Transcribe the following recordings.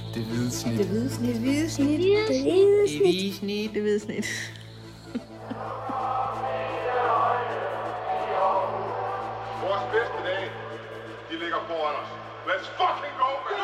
Det hvide snit. Det hvide snit. Det hvide snit. Det hvide snit. Det hvide snit. Det hvide snit. Vores bedste dage, de ligger foran os. Let's fucking go, man!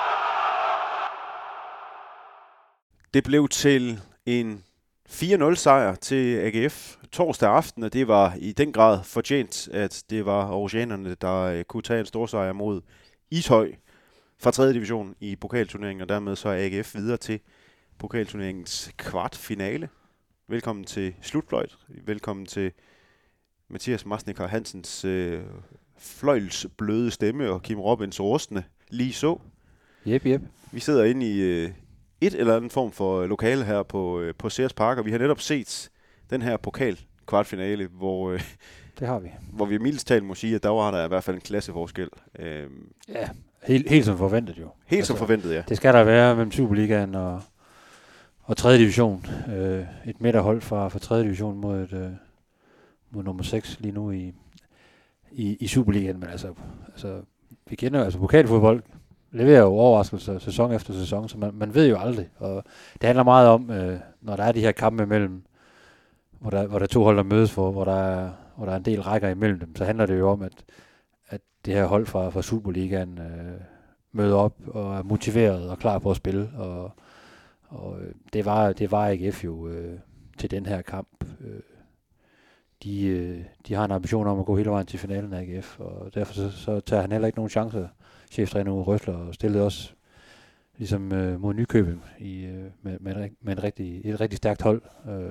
Det blev til en 4-0 sejr til AGF torsdag aften, og det var i den grad fortjent, at det var aarhusianerne, der kunne tage en stor sejr mod Ishøj fra 3. division i pokalturneringen, og dermed så er AGF videre til pokalturneringens kvartfinale. Velkommen til Slutfløjt. Velkommen til Mathias Masnikker Hansens fløjlsbløde stemme og Kim Robins rustne lige så. Jep. Vi sidder inde i et eller andet form for lokale her på Sears Park, og vi har netop set den her pokal-kvartfinale, hvor, det har vi. Hvor vi mildest talt må sige, at der var der i hvert fald en klasseforskel. Ja, helt som forventet jo. Helt som forventet, ja. Det skal der være mellem Superligaen og 3. division. Et midterhold fra 3. division mod nummer 6 lige nu i Superligaen. Men altså vi kender altså pokalfodbold leverer jo overraskelser sæson efter sæson, så man ved jo aldrig. Og det handler meget om, når der er de her kampe imellem, hvor der er to hold, der mødes for, hvor der er en del rækker imellem dem, så handler det jo om, at det her hold fra Superligaen møder op og er motiveret og klar på at spille. Og det var AGF jo til den her kamp. De har en ambition om at gå hele vejen til finalen af AGF, og derfor så tager han heller ikke nogen chancer. Cheftræner Uwe Røsler og stillede også ligesom mod Nykøbing med et rigtig stærkt hold.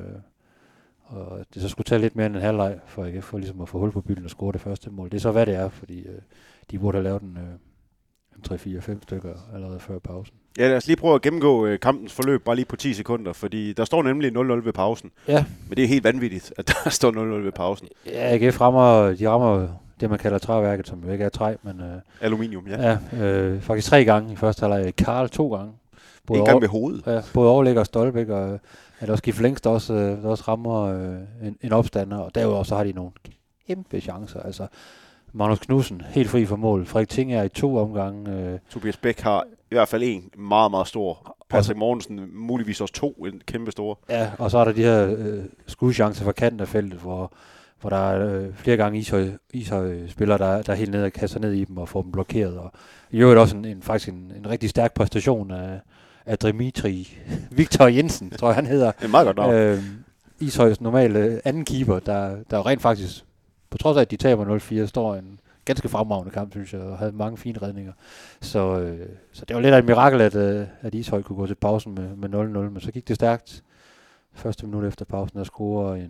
Og det så skulle tage lidt mere end en halvleg for AGF for ligesom at få hul på bylden og score det første mål. Det er så hvad det er, fordi de burde have lavet en 3-4-5 stykker allerede før pausen. Ja, lad os lige prøve at gennemgå kampens forløb bare lige på 10 sekunder, fordi der står nemlig 0-0 ved pausen. Ja. Men det er helt vanvittigt, at der står 0-0 ved pausen. Ja, AGF rammer det, man kalder træværket, som jo ikke er træ, men aluminium, ja. Faktisk 3 gange i første halvleg. Karl 2 gange. En gang med hovedet. Ja, både overlægger og Stolbæk, og at også Gif Længst også rammer en opstander, og derudover så har de nogle kæmpe chancer. Altså Magnus Knudsen, helt fri for mål. Frederik Tinger i 2 omgange. Tobias Bæk har i hvert fald en meget, meget stor. Patrick Mortensen muligvis også 2 en kæmpe store. Ja, og så er der de her skudchancer fra kanten af feltet, hvor der er flere gange Ishøj-spillere, der er helt nede og kaster ned i dem og får dem blokeret. Og i øvrigt også faktisk en rigtig stærk præstation af Dimitri Victor Jensen, tror jeg han hedder. Det er meget godt navn. Ishøjs normale anden keeper, der rent faktisk, på trods af at de taber 0-4, står en ganske fremragende kamp, synes jeg, og havde mange fine redninger. Så det var lidt af et mirakel, at Ishøj kunne gå til pausen med 0-0, men så gik det stærkt. Første minut efter pausen, der scorer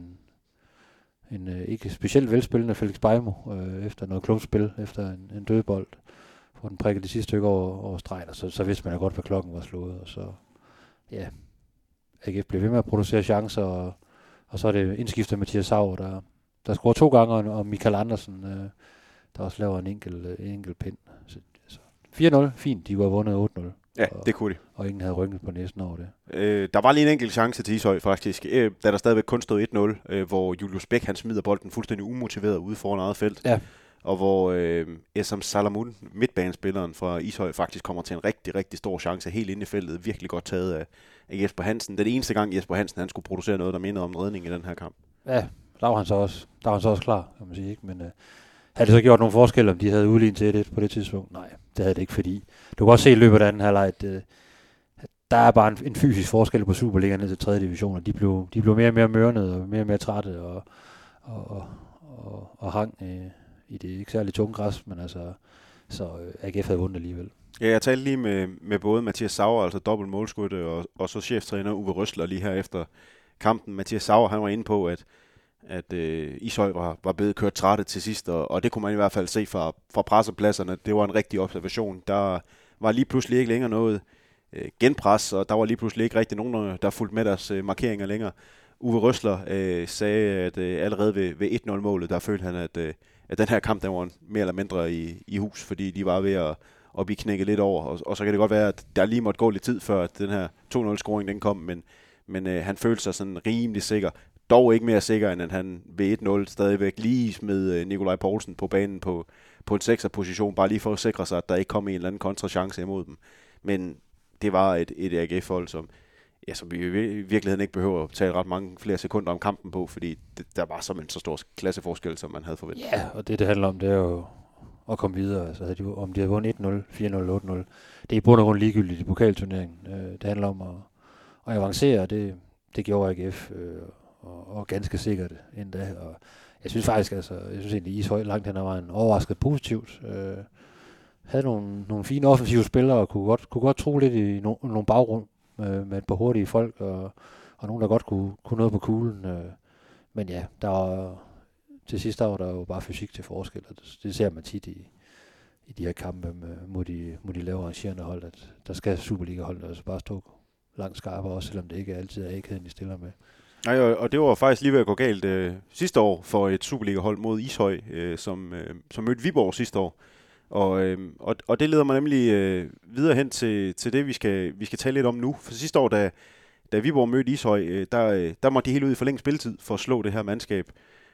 en ikke specielt velspillende Felix Beimo efter noget klumpspil, efter en dødbold, hvor den prikkede det sidste stykke over stregen, og så vidste man jo godt, hvad klokken var slået, og så, ja, AGF blev ved med at producere chancer, og så er det indskiftet Mathias Sauer, der scorer 2 gange, og Michael Andersen, der også laver en enkelt pind. Så 4-0, fint, de var vundet 8-0. Ja, det kunne de. Og ingen havde rynket på næsen over det. Der var lige en enkelt chance til Ishøj faktisk, da der stadigvæk kun stod 1-0, hvor Julius Bæk han smider bolden fuldstændig umotiveret ude foran eget felt. Ja. Og hvor Esam Salamun, midtbanespilleren fra Ishøj, faktisk kommer til en rigtig, rigtig stor chance helt inde i feltet. Virkelig godt taget af Jesper Hansen. Den eneste gang Jesper Hansen han skulle producere noget, der mindede om en redning i den her kamp. Ja, der var han så også klar, kan man sige. Ikke? Men havde det så gjort nogle forskel, om de havde udlignet til det på det tidspunkt? Nej, det havde det ikke, fordi du kan også se i løbet af den her leg, der er bare en fysisk forskel på Superligaen ned til 3. division, og de blev mere og mere mørnede og mere og mere trætte og hang i det ikke særlig tunge græs, men altså, så AGF havde vundet alligevel. Ja, jeg talte lige med både Mathias Sauer, altså dobbelt målskytte, og så cheftræner Uwe Røsler lige her efter kampen. Mathias Sauer, han var inde på, at Ishøj var blevet kørt trætte til sidst, og det kunne man i hvert fald se fra pressepladserne. Det var en rigtig observation. Der var lige pludselig ikke længere noget genpres, og der var lige pludselig ikke rigtig nogen, der fulgte med deres markeringer længere. Uwe Røsler sagde, at allerede ved 1-0-målet, der følte han, at den her kamp, den var mere eller mindre i hus, fordi de var ved at blive knækket lidt over, og så kan det godt være, at der lige måtte gå lidt tid, før at den her 2-0-scoring den kom, men han følte sig sådan rimelig sikker. Dog ikke mere sikker, end at han ved 1-0 stadigvæk lige smed Nikolaj Poulsen på banen på en 6'er-position, bare lige for at sikre sig, at der ikke kom en eller anden kontrachance imod dem. Men det var et AGF-hold, som vi i virkeligheden ikke behøver at tage ret mange flere sekunder om kampen på, fordi der var simpelthen så stor klasseforskel, som man havde forventet. Ja, og det handler om, det er jo at komme videre. Altså, om de havde vundet 1-0, 4-0, 8-0, det er i bund og grund ligegyldigt i pokalturneringen. Det handler om at avancere, og det gjorde AGF, og ganske sikkert endda. Og jeg synes faktisk, egentlig Ishøj langt hen ad vejen overrasket positivt. Havde nogle fine offensive spillere, og kunne godt tro lidt i nogle bagrum med et par hurtige folk, og nogen, der godt kunne noget på kuglen. Men ja, til sidst var der jo bare fysik til forskel, og det ser man tit i de her kampe mod de lavere arrangerende hold, at der skal Superliga-holdet altså bare stå langt skarpere, også selvom det ikke altid er A-kæden, de stiller med. Nej, og det var faktisk lige ved at gå galt sidste år for et Superliga-hold mod Ishøj, som mødte Viborg sidste år. Og det leder mig nemlig videre hen til det, vi skal tale lidt om nu. For sidste år, da Viborg mødte Ishøj, der måtte de helt ud i forlænget spilletid for at slå det her mandskab.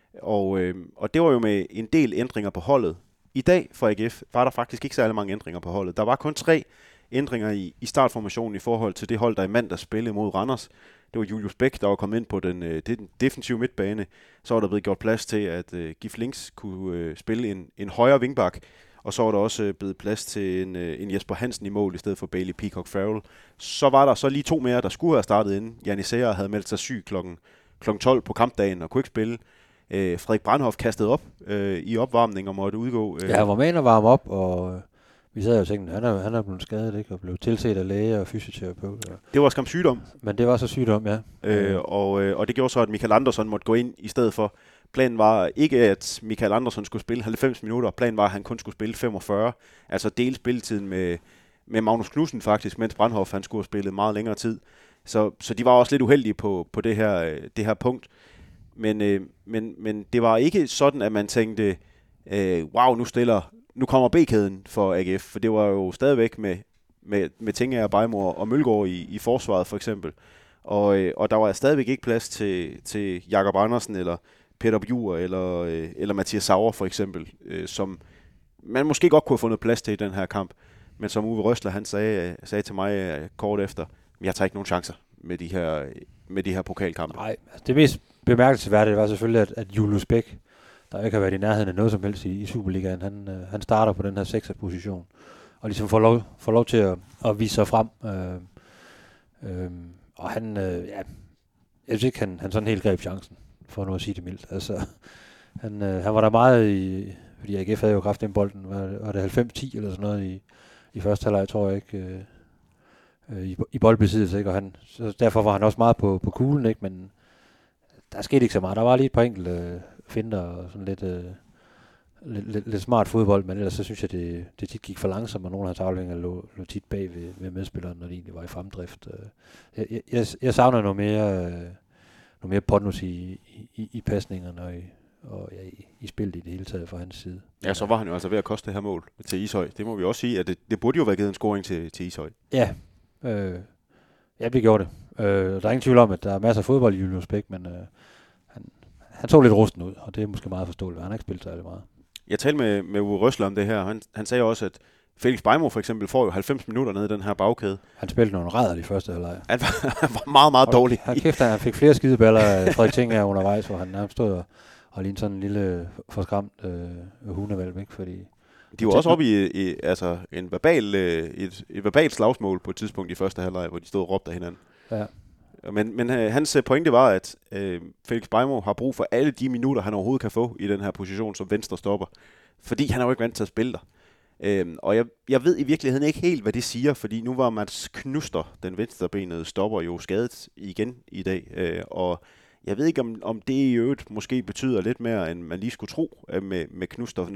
Og det var jo med en del ændringer på holdet. I dag for AGF var der faktisk ikke særlig mange ændringer på holdet. Der var kun 3 ændringer i startformationen i forhold til det hold, der i mandags spillede mod Randers. Det var Julius Bæk, der var kommet ind på den defensive midtbane. Så var der blevet gjort plads til, at Gif Links kunne spille en højre vingbak. Og så var der også blevet plads til en Jesper Hansen i mål i stedet for Bailey Peacock Farrell. Så var der så lige 2 mere, der skulle have startet inden. Jannis Seher havde meldt sig syg kl. 12 på kampdagen og kunne ikke spille. Frederik Brandhoff kastede op i opvarmning og måtte udgå. Ja, han var med at varme op, og vi sad jo og tænkte, han er blevet skadet, ikke? Og blev tilset af læge og fysioterapeut. Det var skam sygdom. Men det var så sygdom, ja. Og det gjorde så, at Michael Andersson måtte gå ind i stedet for. Planen var ikke, at Michael Andersson skulle spille 90 minutter. Planen var, at han kun skulle spille 45. Altså dele spilletiden med Magnus Knudsen faktisk, mens Brandhoff han skulle have spillet meget længere tid. Så de var også lidt uheldige på det her punkt. Men det var ikke sådan, at man tænkte, wow, nu kommer B-kæden for AGF. For det var jo stadigvæk med Tingager, Bejmor og Mølgaard i forsvaret for eksempel. Og der var stadigvæk ikke plads til Jakob Andersen eller Peter Bjur eller Mathias Sauer for eksempel, som man måske godt kunne have fundet plads til i den her kamp. Men som Uwe Røsler, han sagde til mig kort efter, jeg tager ikke nogen chancer med de her pokalkampe. Nej, altså det mest bemærkelsesværdige var selvfølgelig, at Julius Bæk, der ikke har været i nærheden af noget som helst i Superligaen, han starter på den her 6'er-position, og ligesom får lov til at vise sig frem. Og han, jeg synes ikke, han sådan helt greb chancen, for nu at sige det mildt. Altså, han var der meget i, fordi AGF havde jo kraft den bolden, var det 90-10 eller sådan noget i første halvleg, tror jeg ikke, i boldbesiddelse, ikke? Og så derfor var han også meget på kuglen, ikke? Men der skete ikke så meget. Der var lige et par enkelte finder og sådan lidt smart fodbold, men ellers så synes jeg, det tit gik for langsomt, og nogle af tavlinger lå tit bag ved medspilleren, når de egentlig var i fremdrift. Jeg savner noget mere pondus i pasningerne og i spillet i det hele taget fra hans side. Ja, så var han jo altså ved at koste det her mål til Ishøj. Det må vi også sige, at det burde jo være givet en scoring til Ishøj. Ja, det gjorde det. Der er ingen tvivl om, at der er masser af fodbold i Julius Bæk, men han så lidt rusten ud, og det er måske meget forståeligt. Han har ikke spillet særlig meget. Jeg talte med Uwe Røsler om det her. Han sagde også, at Felix Bejmor for eksempel får jo 90 minutter ned i den her bagkæde. Han spillede nogle rædder i første halvleg. Han var meget, meget dårlig. Han fik flere skideballer af Frederik Tingager undervejs, hvor han stod og lignede sådan en lille forskræmt hundevalg, ikke? Fordi de var også oppe i altså et verbalt slagsmål på et tidspunkt i første halvleg, hvor de stod og råbte af hinanden. Ja. Men hans pointe var, at Felix Bejmor har brug for alle de minutter, han overhovedet kan få i den her position som venstre stopper. Fordi han er jo ikke vant til at spille der. Og jeg ved i virkeligheden ikke helt, hvad det siger, fordi nu var Mats Knuster, den venstrebenede stopper, jo skadet igen i dag. Og jeg ved ikke, om det i øvrigt måske betyder lidt mere, end man lige skulle tro med Knuster,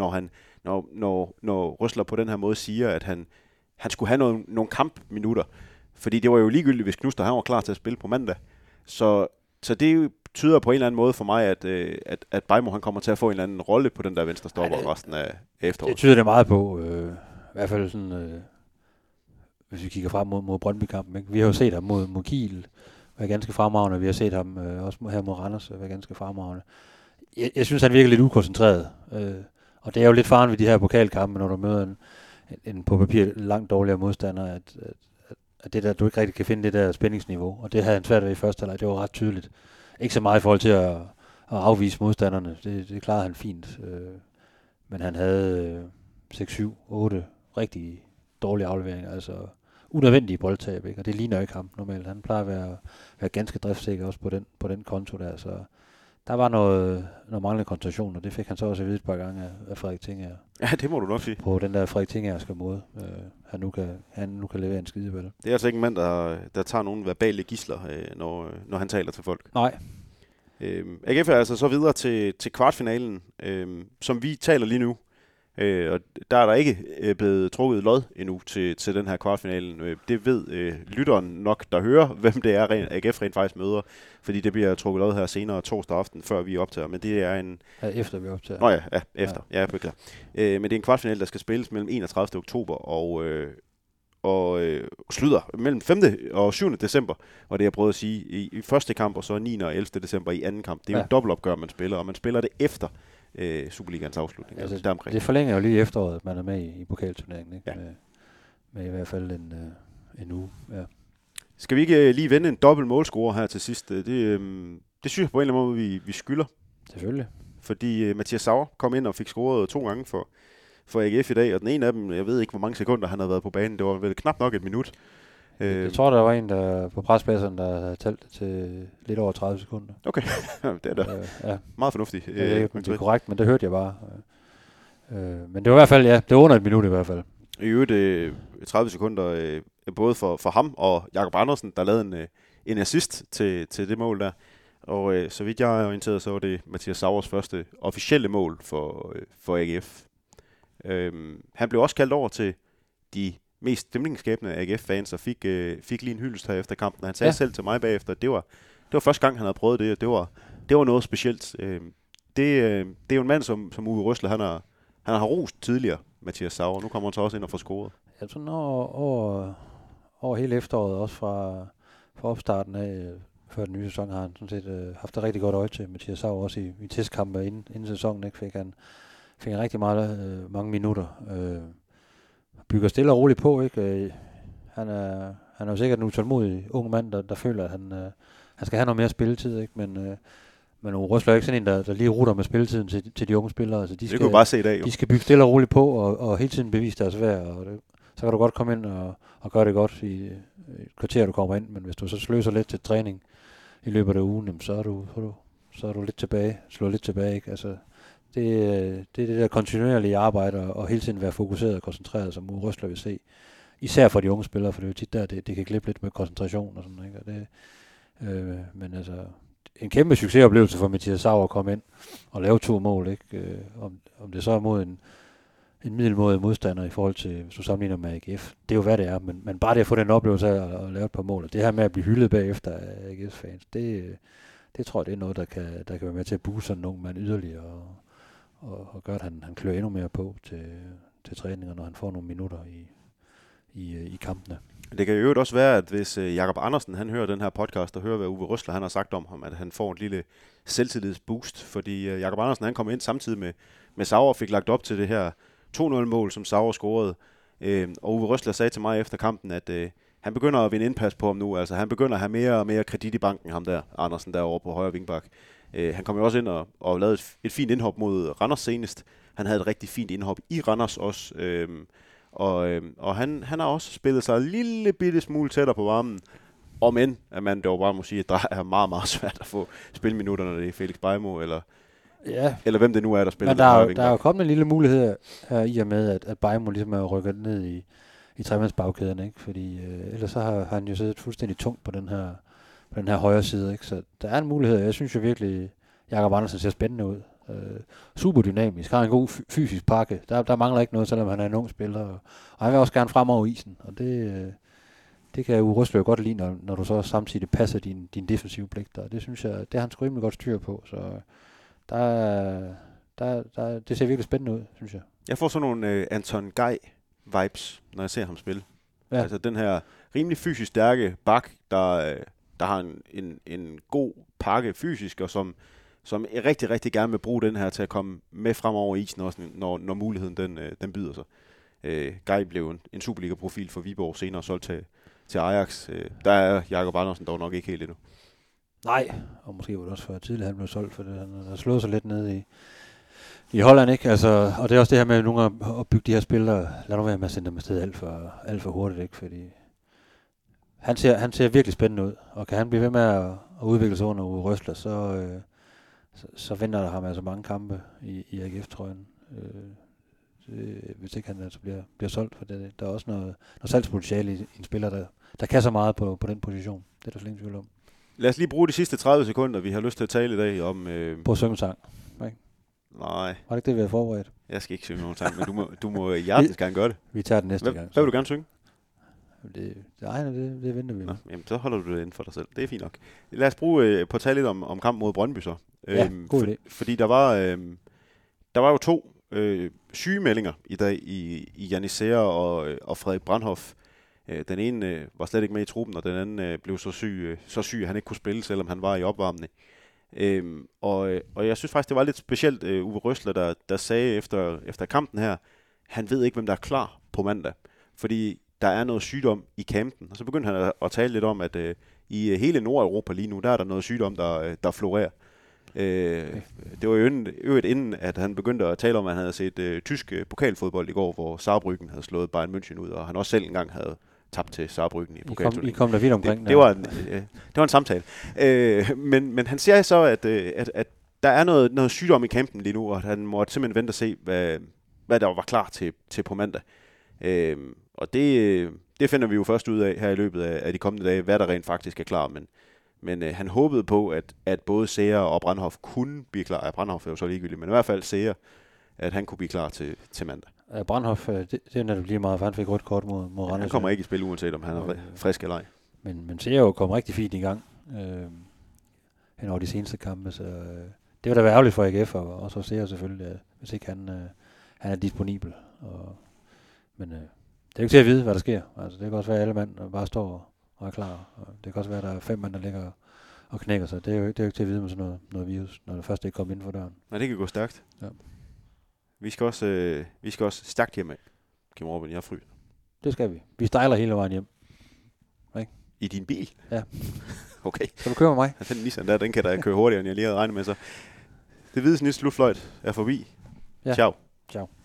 når Røsler på den her måde siger, at han skulle have nogle kampminutter. Fordi det var jo ligegyldigt, hvis Knuster han var klar til at spille på mandag. Så det tyder på en eller anden måde for mig, at Bejmor han kommer til at få en eller anden rolle på den der venstre stopper resten af efteråret. Det tyder det meget på. I hvert fald sådan, hvis vi kigger frem mod Brøndby-kampen. Ikke? Vi har jo set ham mod Kiel være ganske fremragende. Vi har set ham også her mod Randers være ganske fremragende. Jeg synes, han virker lidt ukoncentreret. Og det er jo lidt faren ved de her pokalkampe, når du møder en på papir langt dårligere modstander, at at det der, du ikke rigtig kan finde det der spændingsniveau, og det havde han svært ved i første halvleg, det var ret tydeligt. Ikke så meget i forhold til at afvise modstanderne, det klarede han fint, men han havde 6, 7, 8 rigtig dårlige afleveringer, altså unødvendige boldtab, ikke? Og det ligner ikke ham normalt. Han plejer at være ganske driftsikker også på den konto der, så der var noget manglende koncentration, og det fik han så også at vide et par gange af Frederik Tingager. Ja, det må du nok sige. På den der Frederik Tingagerske måde, han nu kan levere en skideball. Det er altså ikke en mand, der tager nogle verbale gidsler, når han taler til folk. Nej. AGF er altså så videre til kvartfinalen, som vi taler lige nu. Og der er der ikke blevet trukket lod endnu til den her kvartfinalen. Det ved lytteren nok, der hører, hvem det er, AGF rent faktisk møder. Fordi det bliver trukket lod her senere torsdag aften, før vi optager. Men det er en... Ja, efter vi optager. Nå ja, efter. Ja, jeg beklager. Men det er en kvartfinale, der skal spilles mellem 31. oktober og slutter mellem 5. og 7. december, var det jeg prøvede at sige, i første kamp, og så 9. og 11. december i anden kamp. Det er jo et dobbeltopgør, man spiller, og man spiller det efter Superligans afslutning. Altså, det forlænger jo lige efteråret, man er med i pokalturneringen, ikke? Ja. Med i hvert fald en uge. Ja. Skal vi ikke lige vende en dobbelt målscorer her til sidst? Det synes jeg på en eller anden måde, vi skylder. Selvfølgelig. Fordi Mathias Sauer kom ind og fik scoret 2 gange for AGF i dag, og den ene af dem, jeg ved ikke, hvor mange sekunder han havde været på banen. Det var vel knap nok et minut. Jeg tror, der var en der på presspladsen, der havde talt til lidt over 30 sekunder. Okay, det er da meget fornuftigt. Jeg ved ikke, om det er korrekt, men det hørte jeg bare. Men det var i hvert fald, det var under et minut i hvert fald. I øvrigt 30 sekunder både for ham og Jakob Andersen, der lavede en assist til det mål der. Og så vidt jeg er orienteret, så var det Mathias Sauers første officielle mål for AGF. Han blev også kaldt over til de mest stemningsskabende AGF-fans, og fik lige en hyldest her efter kampen. Han sagde selv til mig bagefter, at det var første gang, han havde prøvet det, og det var noget specielt. Det er jo en mand, som Uwe Røsler, han har rost tidligere, Mathias Sauer. Nu kommer han så også ind og får scoret. Ja, sådan over hele efteråret, også fra opstarten af, før den nye sæson, har han sådan set haft et rigtig godt øje til Mathias Sauer, også i testkampe inden sæsonen, ikke? Fik han rigtig mange minutter. Bygger stille og roligt på, ikke? Han er jo sikkert en utålmodig ung mand, der føler, at han skal have noget mere spilletid, ikke? Men Røsler er ikke sådan en, der lige rutter med spilletiden til de unge spillere. Altså, det kan du bare se i dag, jo. De skal bygge stille og roligt på, og hele tiden bevise deres værd, og så kan du godt komme ind og gøre det godt i et kvarter, du kommer ind, men hvis du så sløser lidt til træning i løbet af ugen, så er du lidt tilbage, slået lidt tilbage, ikke? Altså, det er det der kontinuerlige arbejde, og hele tiden være fokuseret og koncentreret, som Uwe Røsler vil se. Især for de unge spillere, for det er jo tit der, det kan glippe lidt med koncentration og sådan, ikke? Og det, men altså, en kæmpe succesoplevelse for Mathias Sauer at komme ind og lave 2 mål, ikke? Om det så er mod en middelmådig modstander i forhold til, hvis du sammenligner med AGF. Det er jo hvad det er, men bare det at få den oplevelse af at lave et par mål, og det her med at blive hyldet bagefter af AGF-fans, det tror jeg, det er noget, der kan være med til at booste sådan en ung mand yderligere, og gøre, at han klør endnu mere på til træninger, når han får nogle minutter i kampene. Det kan jo også være, at hvis Jakob Andersen han hører den her podcast og hører, hvad Uwe Røsler han har sagt om ham, at han får en lille selvtillidsboost, fordi Jakob Andersen han kom ind samtidig med Sauer, fik lagt op til det her 2-0-mål, som Sauer scorede. Og Uwe Røsler sagde til mig efter kampen, at han begynder at vinde indpas på ham nu. Altså han begynder at have mere og mere kredit i banken, ham der, Andersen derovre på højre vingbak. Han kom jo også ind og lavede et fint indhop mod Randers senest. Han havde et rigtig fint indhop i Randers også. Og han har også spillet sig en lille bitte smule tættere på varmen. Og men, at man dog bare må sige, at det er meget, meget svært at få spilminutter, når det er Felix Beijmo, eller hvem det nu er, der spiller. Men der er jo kommet en lille mulighed her i og med, at Beijmo ligesom er rykket ned i tremandsbagkæden, ikke? Fordi ellers så har han jo siddet fuldstændig tungt på den her højre side, ikke? Så der er en mulighed. Jeg synes jo virkelig, Jakob Andersen ser spændende ud. Super dynamisk, har en god fysisk pakke. Der mangler ikke noget, selvom han er en ung spiller. Og han vil også gerne frem over isen, og det kan Uwe Røsler godt lide, når du så samtidig passer din defensive pligter. Det synes jeg, det har han sgu rimelig godt styr på. Så det ser virkelig spændende ud, synes jeg. Jeg får sådan nogle Anton Gej-vibes, når jeg ser ham spille. Ja. Altså den her rimelig fysisk stærke bak, der har en god pakke fysisk, og som rigtig, rigtig gerne vil bruge den her til at komme med frem over isen, også når muligheden den byder sig. Guy blev en Superliga-profil for Viborg, senere solgt til Ajax. Der er Jakob Andersen dog nok ikke helt endnu. Nej, og måske var det også for tidligt, han blev solgt, for det. Han har slået sig lidt ned i Holland, ikke? Altså, og det er også det her med nogle at bygge de her spillere. Lad nu være med at sende dem afsted alt for hurtigt, ikke? Fordi han ser virkelig spændende ud, og kan han blive ved med at udvikle sig under Uwe Rösler, så venter der ham altså mange kampe i AGF-trøjen. Hvis ikke han altså bliver solgt, for det. Der er også noget salgspotentiale i en spiller, der kan så meget på den position. Det er der slet ingen tvivl om. Lad os lige bruge de sidste 30 sekunder, vi har lyst til at tale i dag om... På at synge sang. Okay. Nej. Var det ikke det, vi havde forberedt? Jeg skal ikke synge nogen sang, men du må hjertens gerne gøre det. Vi tager det næste gang. Hvad vil du gerne synge? Det venter vi. Nå, jamen, så holder du det inden for dig selv. Det er fint nok. Lad os bruge på at tale lidt om kampen mod Brøndby så. Ja, god idé. Fordi der var jo 2 sygemeldinger i dag i Jannis Seher og Frederik Brandhoff. Den ene var slet ikke med i truppen, og den anden blev så syg, at han ikke kunne spille, selvom han var i opvarmning. Og jeg synes faktisk, det var lidt specielt, Uwe Rösler, der sagde efter kampen her, han ved ikke, hvem der er klar på mandag. Fordi der er noget sygdom i campen. Og så begyndte han at tale lidt om, at i hele Nordeuropa lige nu, der er der noget sygdom, der florerer. Det var jo øvrigt inden, at han begyndte at tale om, at han havde set tysk pokalfodbold i går, hvor Saarbrücken havde slået Bayern München ud, og han også selv engang havde tabt til Saarbrücken i pokalturneringen. I kom der vidt omkring. Det var en samtale. Men han siger så, at der er noget sygdom i campen lige nu, og han måtte simpelthen vente og se, hvad der var klar til på mandag. Og det finder vi jo først ud af her i løbet af de kommende dage, hvad der rent faktisk er klar. Men han håbede på, at både Seher og Brandhoff kunne blive klar. Ja, Brandhoff er jo så ligegyldigt, men i hvert fald Seher, at han kunne blive klar til mandag. Brandhoff, det er netop lige meget, for han fik rødt kort mod Randers. Han kommer ikke i spil, uanset om han er frisk eller ej. Men Seher jo kom rigtig fint i gang hen over de seneste kampe, så det vil da være ærgerligt for AGF, og også Seher selvfølgelig, hvis ikke han er disponibel. Men det er jo ikke til at vide, hvad der sker. Altså, det kan også være, at alle mand bare står og er klar. Og det kan også være, at der er 5 mand, der ligger og knækker sig. Det er jo ikke til at vide med sådan noget virus, når det først ikke kommer inden for døren. Nej, det kan gå stærkt. Ja. Vi skal også stærkt hjem af. Kim Robin, jeg er fryser. Det skal vi. Vi stejler hele vejen hjem. Ikke? I din bil? Ja. Okay. Skal du køre med mig? Den Nissan der, den kan da køre hurtigere, end jeg lige havde regnet med. Så det hvide snit slutfløjt er forbi. Ja. Ciao. Ciao.